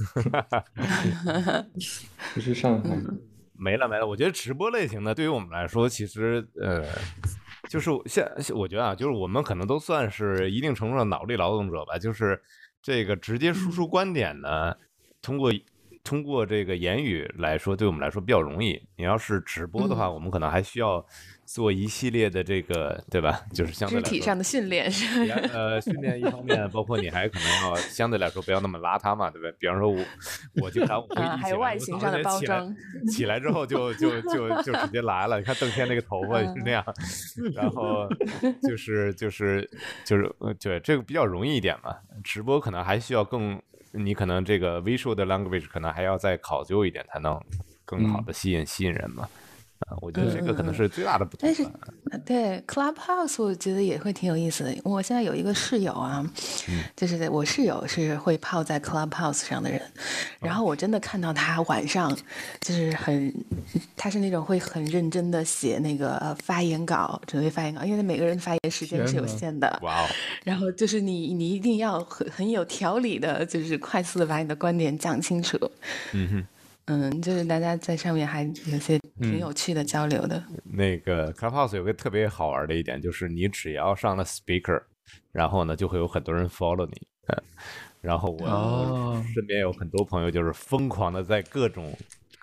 C: 不是上海。
A: 没了，我觉得直播类型的对于我们来说，其实就是我觉得啊，就是我们可能都算是一定程度上脑力劳动者吧，就是这个直接输出观点呢，通过这个言语来说，对我们来说比较容易。你要是直播的话，我们可能还需要做一系列的这个，对吧？就是相对来说
D: 肢体上的训练，
A: 训练一方面，包括你还可能要相对来说不要那么邋遢嘛，对不对？比方说我经常
D: 还有外形上的包装，
A: 起来之后就直接来了。你看邓天那个头发是那样，然后就是对这个比较容易一点嘛。直播可能还需要你可能这个 visual 的 language 可能还要再考究一点，才能更好的吸引人嘛。我觉得这个可能是最大的不同。
D: 但是，对 Clubhouse 我觉得也会挺有意思的。我现在有一个室友啊，就是我室友是会泡在 Clubhouse 上的人，然后我真的看到他晚上就是他是那种会很认真的写那个发言稿，准备发言稿，因为每个人发言时间是有限的。
A: 哇哦！
D: 然后就是你一定要很有条理的，就是快速的把你的观点讲清楚。就是大家在上面还有些挺有趣的交流的。
A: 那个 Clubhouse 有个特别好玩的一点，就是你只要上了 Speaker， 然后呢就会有很多人 follow 你。然后我身边有很多朋友就是疯狂的在各种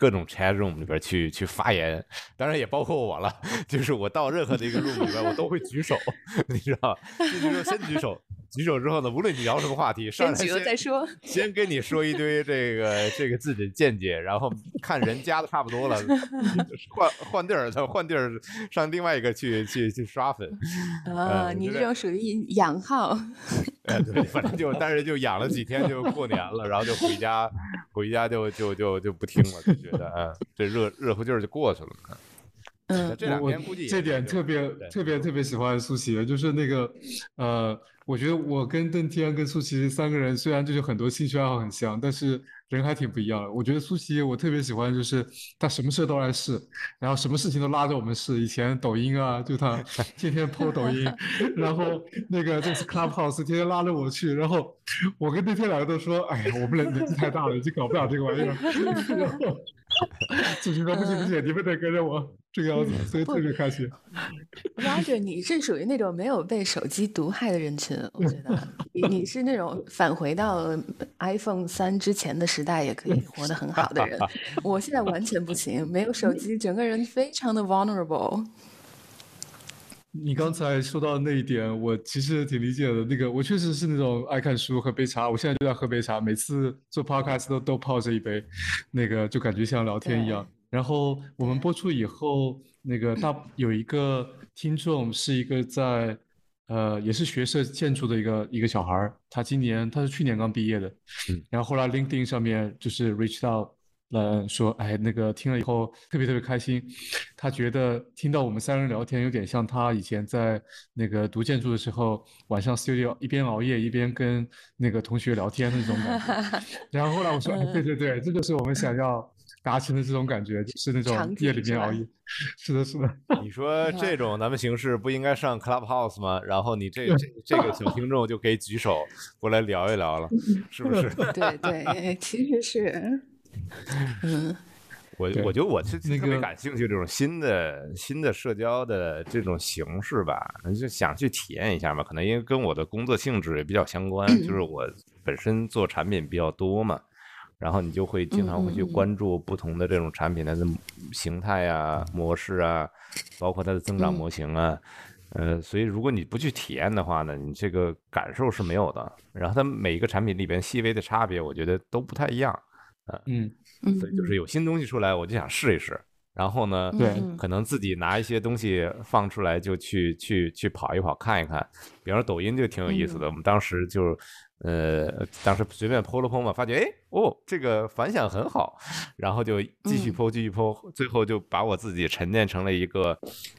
A: 各种 chat room 里边去发言，当然也包括我了。就是我到任何的一个 room 里边，我都会举手，你知道，进去之后先举手，举手之后呢，无论你聊什么话题，上来
D: 先举了再说，
A: 先跟你说一堆这个自己的见解，然后看人加的差不多了，换地儿上另外一个去刷粉
D: 啊。你这种属于养号。
A: 对，反正但是就养了几天，就过年了，然后就回家就不听了，就觉得这热乎劲儿就过去了。这两天估计
B: 这点特别喜欢苏琪，就是那个我觉得我跟邓天跟苏琪三个人虽然就是很多兴趣爱好很像，但是人还挺不一样的。我觉得苏琪我特别喜欢，就是他什么事都来试，然后什么事情都拉着我们试。以前抖音啊，就他天天 po 抖音，然后那个这次 Clubhouse 天天拉着我去，然后我跟邓天两个都说，哎呀，我们年纪太大了，已经搞不了这个玩意儿。然后苏琪说不行，你们得跟着我。这个样子，所以特别开心。
D: Roger，你是属于那种没有被手机毒害的人群，我觉得你是那种返回到 iPhone 3之前的时代也可以活得很好的人。我现在完全不行，没有手机，整个人非常的 vulnerable。
B: 你刚才说到那一点，我其实挺理解的。那个，我确实是那种爱看书、喝杯茶。我现在就在喝杯茶，每次做 podcast 都泡着一杯，那个就感觉像聊天一样。然后我们播出以后，那个有一个听众是一个在也是学设建筑的一个小孩儿，他是去年刚毕业的，然后后来 LinkedIn 上面就是 reach out。说哎，那个听了以后特别开心，他觉得听到我们三人聊天有点像他以前在那个读建筑的时候，晚上 studio 一边熬夜一边跟那个同学聊天的那种感觉。然后后来我说，哎，对，这就是我们想要达成的这种感觉，就是那种夜里边熬夜。是的。
A: 你说这种咱们形式不应该上 Clubhouse 吗？然后你这个小听众就可以举手过来聊一聊了，是不是？
D: 对，其实是。
A: 我觉得我是特别感兴趣这种新的社交的这种形式吧，就想去体验一下嘛。可能因为跟我的工作性质也比较相关，就是我本身做产品比较多嘛，然后你就会经常会去关注不同的这种产品它的形态啊、模式啊，包括它的增长模型啊。所以如果你不去体验的话呢，你这个感受是没有的。然后它每一个产品里边细微的差别，我觉得都不太一样。所以就是有新东西出来，我就想试一试。然后呢，可能自己拿一些东西放出来，就去跑一跑，看一看。比方说抖音就挺有意思的，我们当时就当时随便 po 了 po 嘛，发觉这个反响很好，然后就继续 po，最后就把我自己沉淀成了一个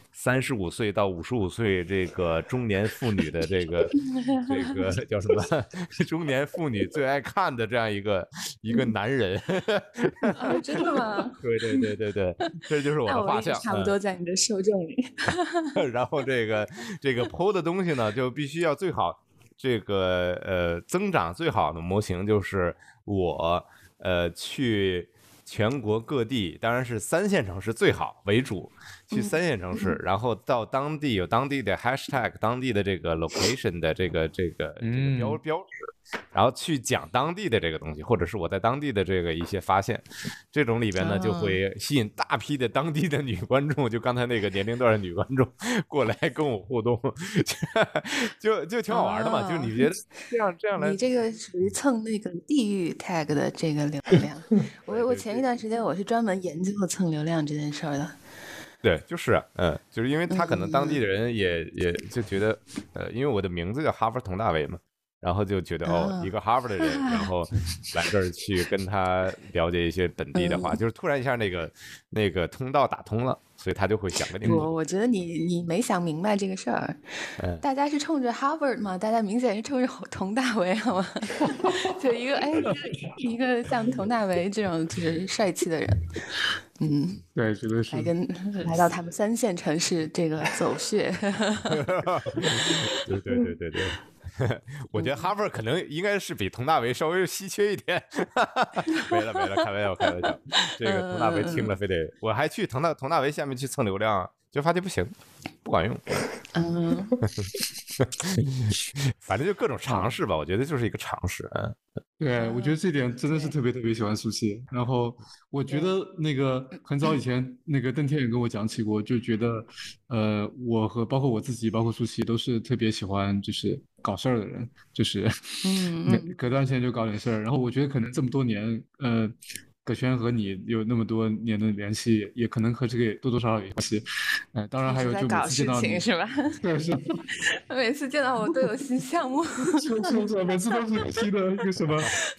A: 35岁到55岁这个中年妇女的这个叫什么？中年妇女最爱看的这样一个男人。
D: 真的吗？
A: 对，这就是我的画像。
D: 差不多在你的受众里。
A: 然后这个 po 的东西呢，就必须要最好这个增长最好的模型就是我去全国各地，当然是3线城市最好为主，去3线城市，然后到当地有当地的 hashtag， 当地的这个 location 的这个标识，然后去讲当地的这个东西，或者是我在当地的这个一些发现，这种里边呢就会吸引大批的当地的女观众，就刚才那个年龄段的女观众过来跟我互动，就挺好玩的嘛。就你觉得这样来，
D: 你这个属于蹭那个地域 tag 的这个流量。我前一段时间我是专门研究蹭流量这件事儿的。
A: 对，就是就是因为他可能当地的人也就觉得，因为我的名字叫哈佛佟大为嘛，然后就觉得一个哈佛的人，然后来这儿去跟他了解一些本地的话，就是突然一下那个通道打通了，所以他就会想跟你。
D: 我觉得你没想明白这个事儿，大家是冲着 Harvard 嘛，大家明显是冲着佟大为好吗？就一个像佟大为这种就是帅气的人，
B: 对，绝对是
D: 来到他们3线城市这个走穴。
A: 对。 我觉得哈佛可能应该是比佟大为稍微稀缺一点。没了，开玩笑。这个佟大为听了非得，我还去佟大为下面去蹭流量，就发现不行，不管用。反正就各种尝试吧，我觉得就是一个尝试。
B: 对，我觉得这点真的是特别特别喜欢苏西。然后我觉得那个很早以前，那个邓天也跟我讲起过，就觉得，我和包括我自己，包括苏西都是特别喜欢就是搞事儿的人，就是隔段时间就搞点事儿。然后我觉得可能这么多年，葛轩和你有那么多年的联系，也可能和这个多多少少有关系。当然还有就每次见到你
D: 是吧？
B: 对，是。
D: 每次见到我都有新项目。
B: 是，每次都是新的一个什么？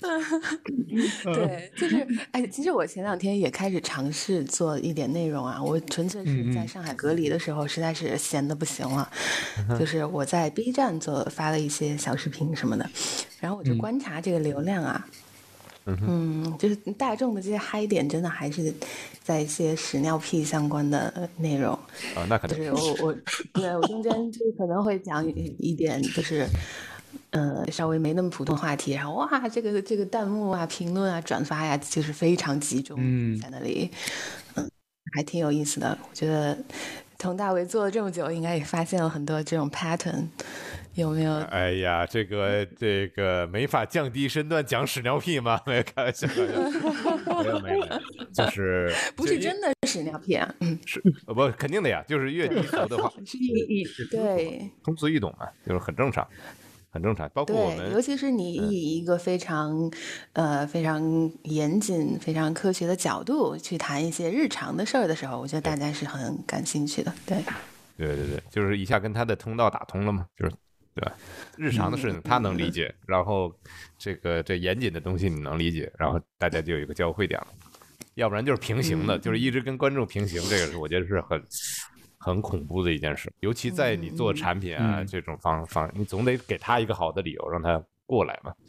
D: 对，就是其实我前2天也开始尝试做一点内容啊。我纯粹是在上海隔离的时候，实在是闲得不行了。就是我在 B 站发了一些小视频什么的，然后我就观察这个流量啊。就是大众的这些嗨点，真的还是在一些屎尿屁相关的内容
A: 啊，那可能
D: 就是我中间就可能会讲一点，就是稍微没那么普通话题，然后哇，这个弹幕啊、评论啊、转发呀，就是非常集中在那里，还挺有意思的。我觉得佟大为做了这么久，应该也发现了很多这种 pattern。有没有？
A: 哎呀，这个没法降低身段讲屎尿屁吗？没有，开玩笑，没有，就是
D: 不是真的屎尿屁啊？
A: 是不肯定的呀，就是越低俗的话，
D: 是对
A: 通俗易懂嘛，就是很正常。包括我们，
D: 尤其是你以一个非常严谨、非常科学的角度去谈一些日常的事儿的时候，我觉得大家是很感兴趣的。对，
A: 就是一下跟他的通道打通了嘛，就是。对吧？日常的事情他能理解，然后这严谨的东西你能理解，然后大家就有一个交汇点了。要不然就是平行的，就是一直跟观众平行，这个是我觉得是很恐怖的一件事。尤其在你做产品啊这种方，你总得给他一个好的理由让他过来嘛。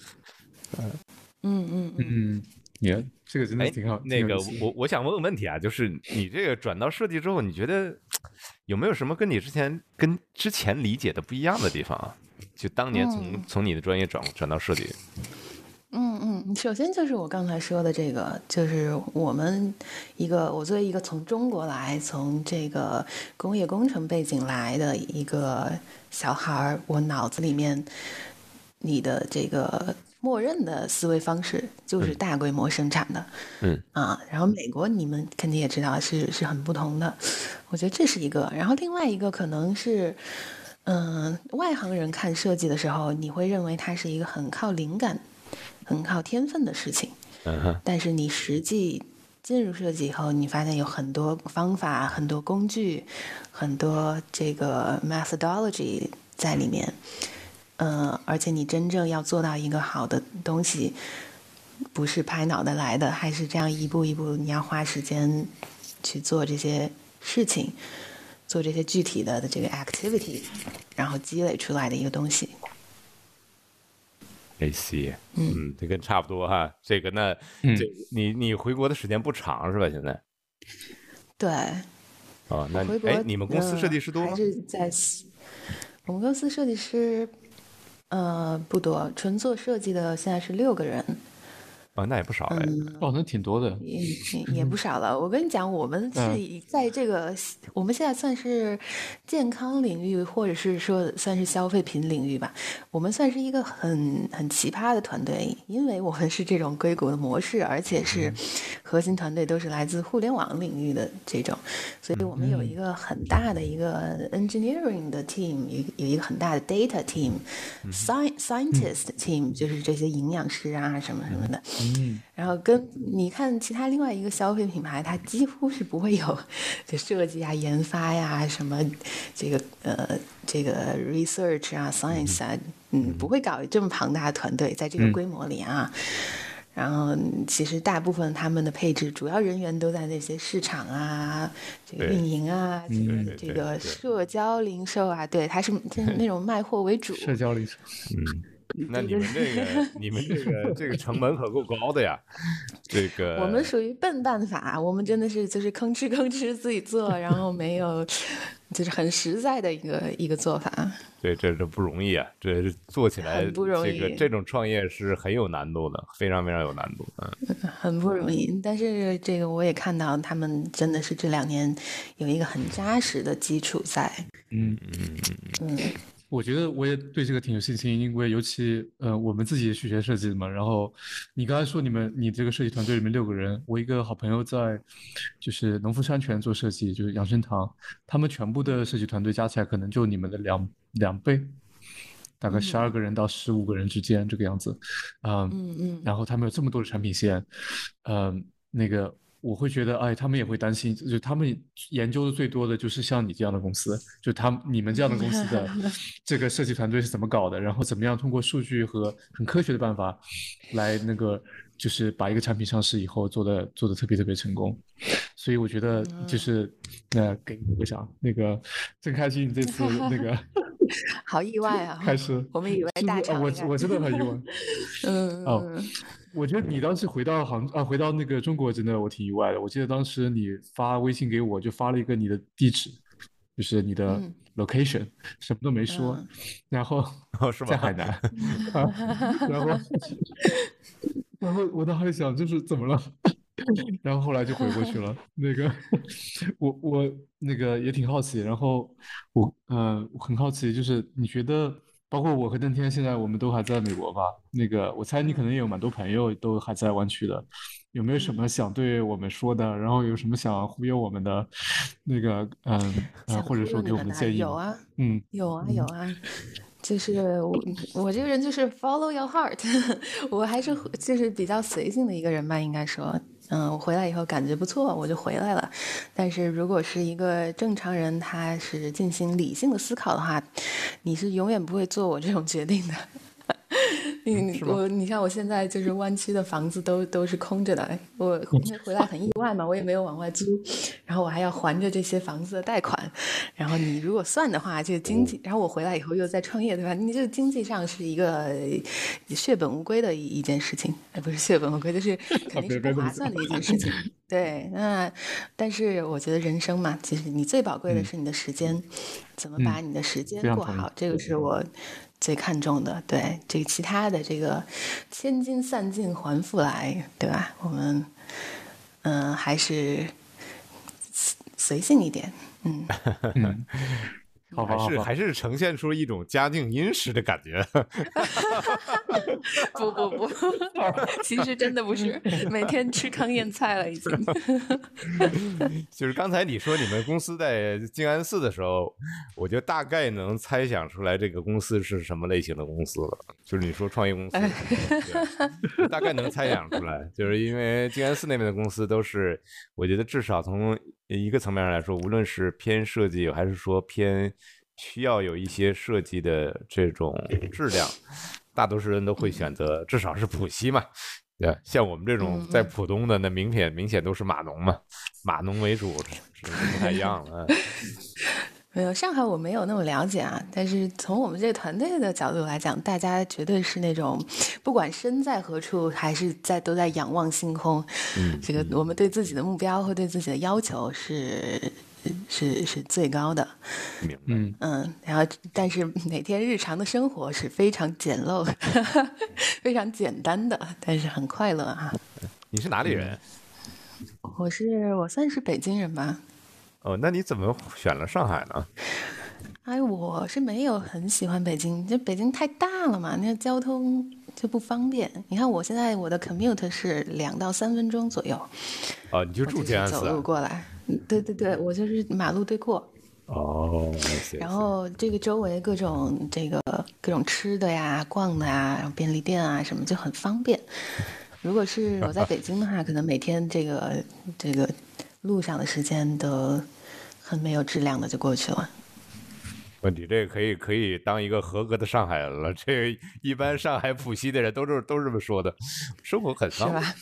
B: 这个真的挺好。
A: 那个我想问个问题啊，就是你这个转到设计之后，你觉得有没有什么跟之前理解的不一样的地方啊？就当年从你的专业转到设计。
D: 首先就是我刚才说的这个，就是我作为一个从中国来，从这个工业工程背景来的一个小孩，我脑子里面你的这个默认的思维方式就是大规模生产的，然后美国你们肯定也知道是很不同的，我觉得这是一个。然后另外一个可能是，外行人看设计的时候，你会认为它是一个很靠灵感、很靠天分的事情，但是你实际进入设计以后，你发现有很多方法、很多工具、很多这个 methodology 在里面。而且你真正要做到一个好的东西，不是拍脑袋来的，还是这样一步一步，你要花时间去做这些事情，做这些具体的这个 activity， 然后积累出来的一个东西。
A: I see， 这跟差不多哈。这个那，你回国的时间不长是吧？现在？
D: 对。
A: 哦，那你们公司设计师多吗？
D: 还是在我们公司设计师。不多，纯做设计的现在是6个人。
A: 那也不少哎。
B: 那挺多的，
D: 也不少了。我跟你讲，我们是在这个，我们现在算是健康领域，或者是说算是消费品领域吧。我们算是一个很奇葩的团队，因为我们是这种硅谷的模式，而且是核心团队都是来自互联网领域的这种，所以我们有一个很大的一个 engineering 的 team， 有一个很大的 data team，scientist team， 就是这些营养师啊什么什么的。然后跟你看其他另外一个消费品牌，它几乎是不会有就设计啊、研发呀、什么这个 research 啊、science 啊，不会搞这么庞大的团队，在这个规模里啊。然后其实大部分他们的配置主要人员都在那些市场啊、这个运营啊、这个社交零售啊，对，它是那种卖货为主。
B: 社交零售，
A: 那你们这个成本可够高的呀，这个
D: 我们属于笨办法，我们真的是就是吭哧自己做，然后没有就是很实在的一个做法。
A: 对，这不容易啊，这做起来
D: 很不容易
A: 这种创业是很有难度的，非常非常有难度。
D: 很不容易。但是这个我也看到他们真的是这2年有一个很扎实的基础在。
B: 我觉得我也对这个挺有信心，因为尤其我们自己是学设计的嘛。然后你刚才说你这个设计团队里面6个人，我一个好朋友在就是农夫山泉做设计，就是养生堂，他们全部的设计团队加起来可能就你们的两倍，大概12个人到15个人之间这个样子。然后他们有这么多的产品线，那个我会觉得，哎，他们也会担心，就他们研究的最多的就是像你这样的公司，就你们这样的公司的这个设计团队是怎么搞的，然后怎么样通过数据和很科学的办法来那个就是把一个产品上市以后做的特别成功。所以我觉得就是给你鼓个掌，那个真开心你这次那个
D: 好意外啊！
B: 开始
D: 我们以为大厂
B: 我真的很意外。我觉得你当时回到那个中国，真的我挺意外的。我记得当时你发微信给我，就发了一个你的地址，就是你的 location，什么都没说，然后在海南，然后我当时想就是怎么了，然后后来就回过去了。那个我那个也挺好奇，然后我很好奇，就是你觉得，包括我和邓天现在我们都还在美国吧？那个我猜你可能也有蛮多朋友都还在湾区的，有没有什么想对我们说的？然后有什么想忽悠我们的，那个或者说给我们的建议？
D: 有啊，有啊。就是我这个人就是 follow your heart， 我还是就是比较随性的一个人吧，应该说，我回来以后感觉不错，我就回来了。但是如果是一个正常人，他是进行理性的思考的话，你是永远不会做我这种决定的。你像我现在就是湾区的房子都是空着的，我回来很意外嘛，我也没有往外租，然后我还要还着这些房子的贷款，然后你如果算的话，这个经济，然后我回来以后又在创业，对吧？你这个经济上是一个血本无归的一件事情，不是血本无归，就是肯定是不划算的一件事情。对，但是我觉得人生嘛，其实你最宝贵的是你的时间，怎么把你的时间过好，这个是我最看重的。对，这个其他的这个千金散尽还复来，对吧？我们还是随性一点。
A: 还是呈现出一种家境殷实的感觉。
D: 不，其实真的不是，每天吃糠咽菜了已经。
A: 就是刚才你说你们公司在静安寺的时候，我就大概能猜想出来这个公司是什么类型的公司了。就是你说创业公司，大概能猜想出来，就是因为静安寺那边的公司都是，我觉得至少从一个层面上来说，无论是偏设计还是说偏需要有一些设计的这种质量，大多数人都会选择至少是浦西嘛。对，像我们这种在浦东的，那明显都是码农嘛，码农为主，是不太一样了。
D: 没有，上海我没有那么了解啊，但是从我们这个团队的角度来讲，大家绝对是那种不管身在何处，还是都在仰望星空。这个我们对自己的目标和对自己的要求是最高的。然后但是每天日常的生活是非常简陋非常简单的，但是很快乐啊。
A: 你是哪里人？
D: 我算是北京人吧。
A: 哦，那你怎么选了上海呢？
D: 我是没有很喜欢北京，就北京太大了嘛，那交通就不方便。你看我现在我的 commute 是2到3分钟左右。
A: 哦，你就住静安寺？
D: 走路过来。对，我就是马路对过。
A: 哦，
D: 然后这个周围各种吃的呀、逛的呀，然后便利店啊什么就很方便。如果是我在北京的话，可能每天这个路上的时间都很没有质量的就过去了。
A: 你这可以当一个合格的上海人了。这一般上海浦西的人都这么说的，生活很方便。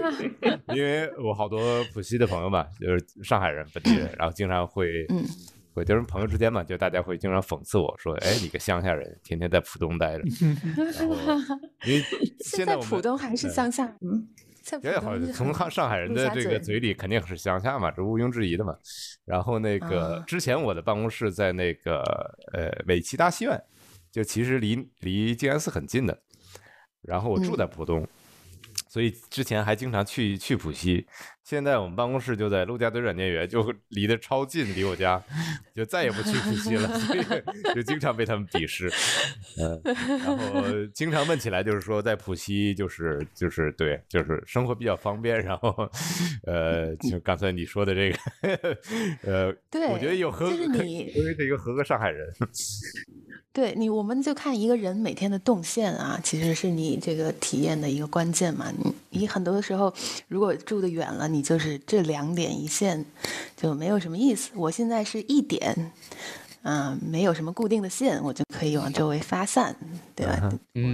A: 因为我好多浦西的朋友嘛，就是上海人本地人，然后经常会我就是朋友之间嘛，就大家会经常讽刺我说，哎，你个乡下人，天天在浦东待着。然后因为现在我们
D: 浦东还是乡下，在浦
A: 也好，
D: 东
A: 从上海人的这个嘴里肯定是乡下嘛，这毋庸置疑的嘛。然后那个之前我的办公室在那个尾崎大戏院，就其实离静安寺很近的。然后我住在浦东，所以之前还经常去浦西。现在我们办公室就在陆家嘴软件园，就离得超近，离我家，就再也不去浦西了，所以就经常被他们鄙视。然后经常问起来，就是说在浦西就是对，就是生活比较方便。然后就刚才你说的这个，
D: 对，
A: 我觉得
D: 就是你
A: 作为这个合格上海人。
D: 对你，我们就看一个人每天的动线啊，其实是你这个体验的一个关键嘛。你很多的时候，如果住得远了，你就是这2点一线，就没有什么意思。我现在是1点，没有什么固定的线，我就可以往周围发散，对吧？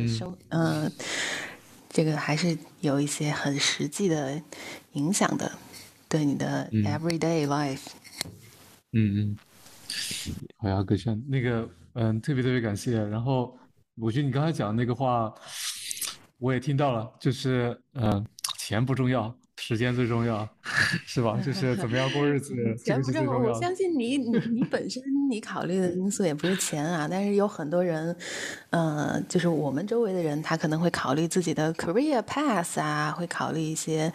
D: 这个还是有一些很实际的影响的，对你的 everyday life。
B: 好呀，葛轩，那个特别感谢。然后我觉得你刚才讲的那个话，我也听到了，就是钱不重要，时间最重要，是吧？就是怎么样过日子，这个是最重要的。
D: 我相信你本身你考虑的因素也不是钱啊，但是有很多人，就是我们周围的人，他可能会考虑自己的 career path 啊，会考虑一些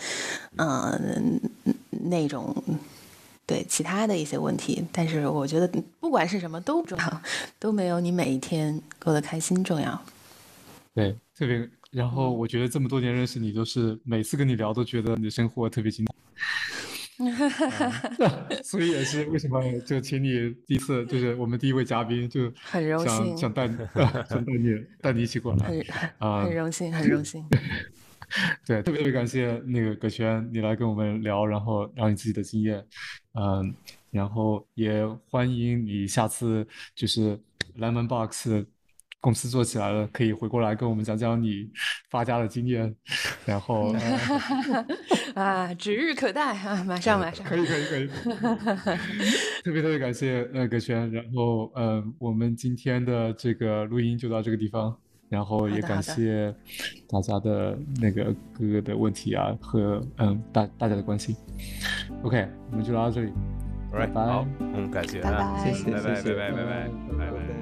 D: 那种。对其他的一些问题，但是我觉得不管是什么都不重要，都没有你每一天过得开心重要。
B: 对，特别。然后我觉得这么多年认识你，都是每次跟你聊都觉得你的生活特别精彩。所以也是为什么就请你第一次就是我们第一位嘉宾，就
D: 很荣幸
B: 想带你一起过来。
D: 很荣幸，很荣幸。
B: 对，特别感谢那个葛轩，你来跟我们聊，然后你自己的经验，然后也欢迎你下次就是 Lemonbox 公司做起来了，可以回过来跟我们讲讲你发家的经验，然后
D: 指日可待啊，马上。
B: 可以。特别感谢葛轩，然后我们今天的这个录音就到这个地方。然后也感谢大家的那个各个的问题啊和大家的关心。OK， 我们就聊到这里。
A: 拜拜。好，感谢，
D: 拜拜，
C: 谢谢，
A: 拜拜。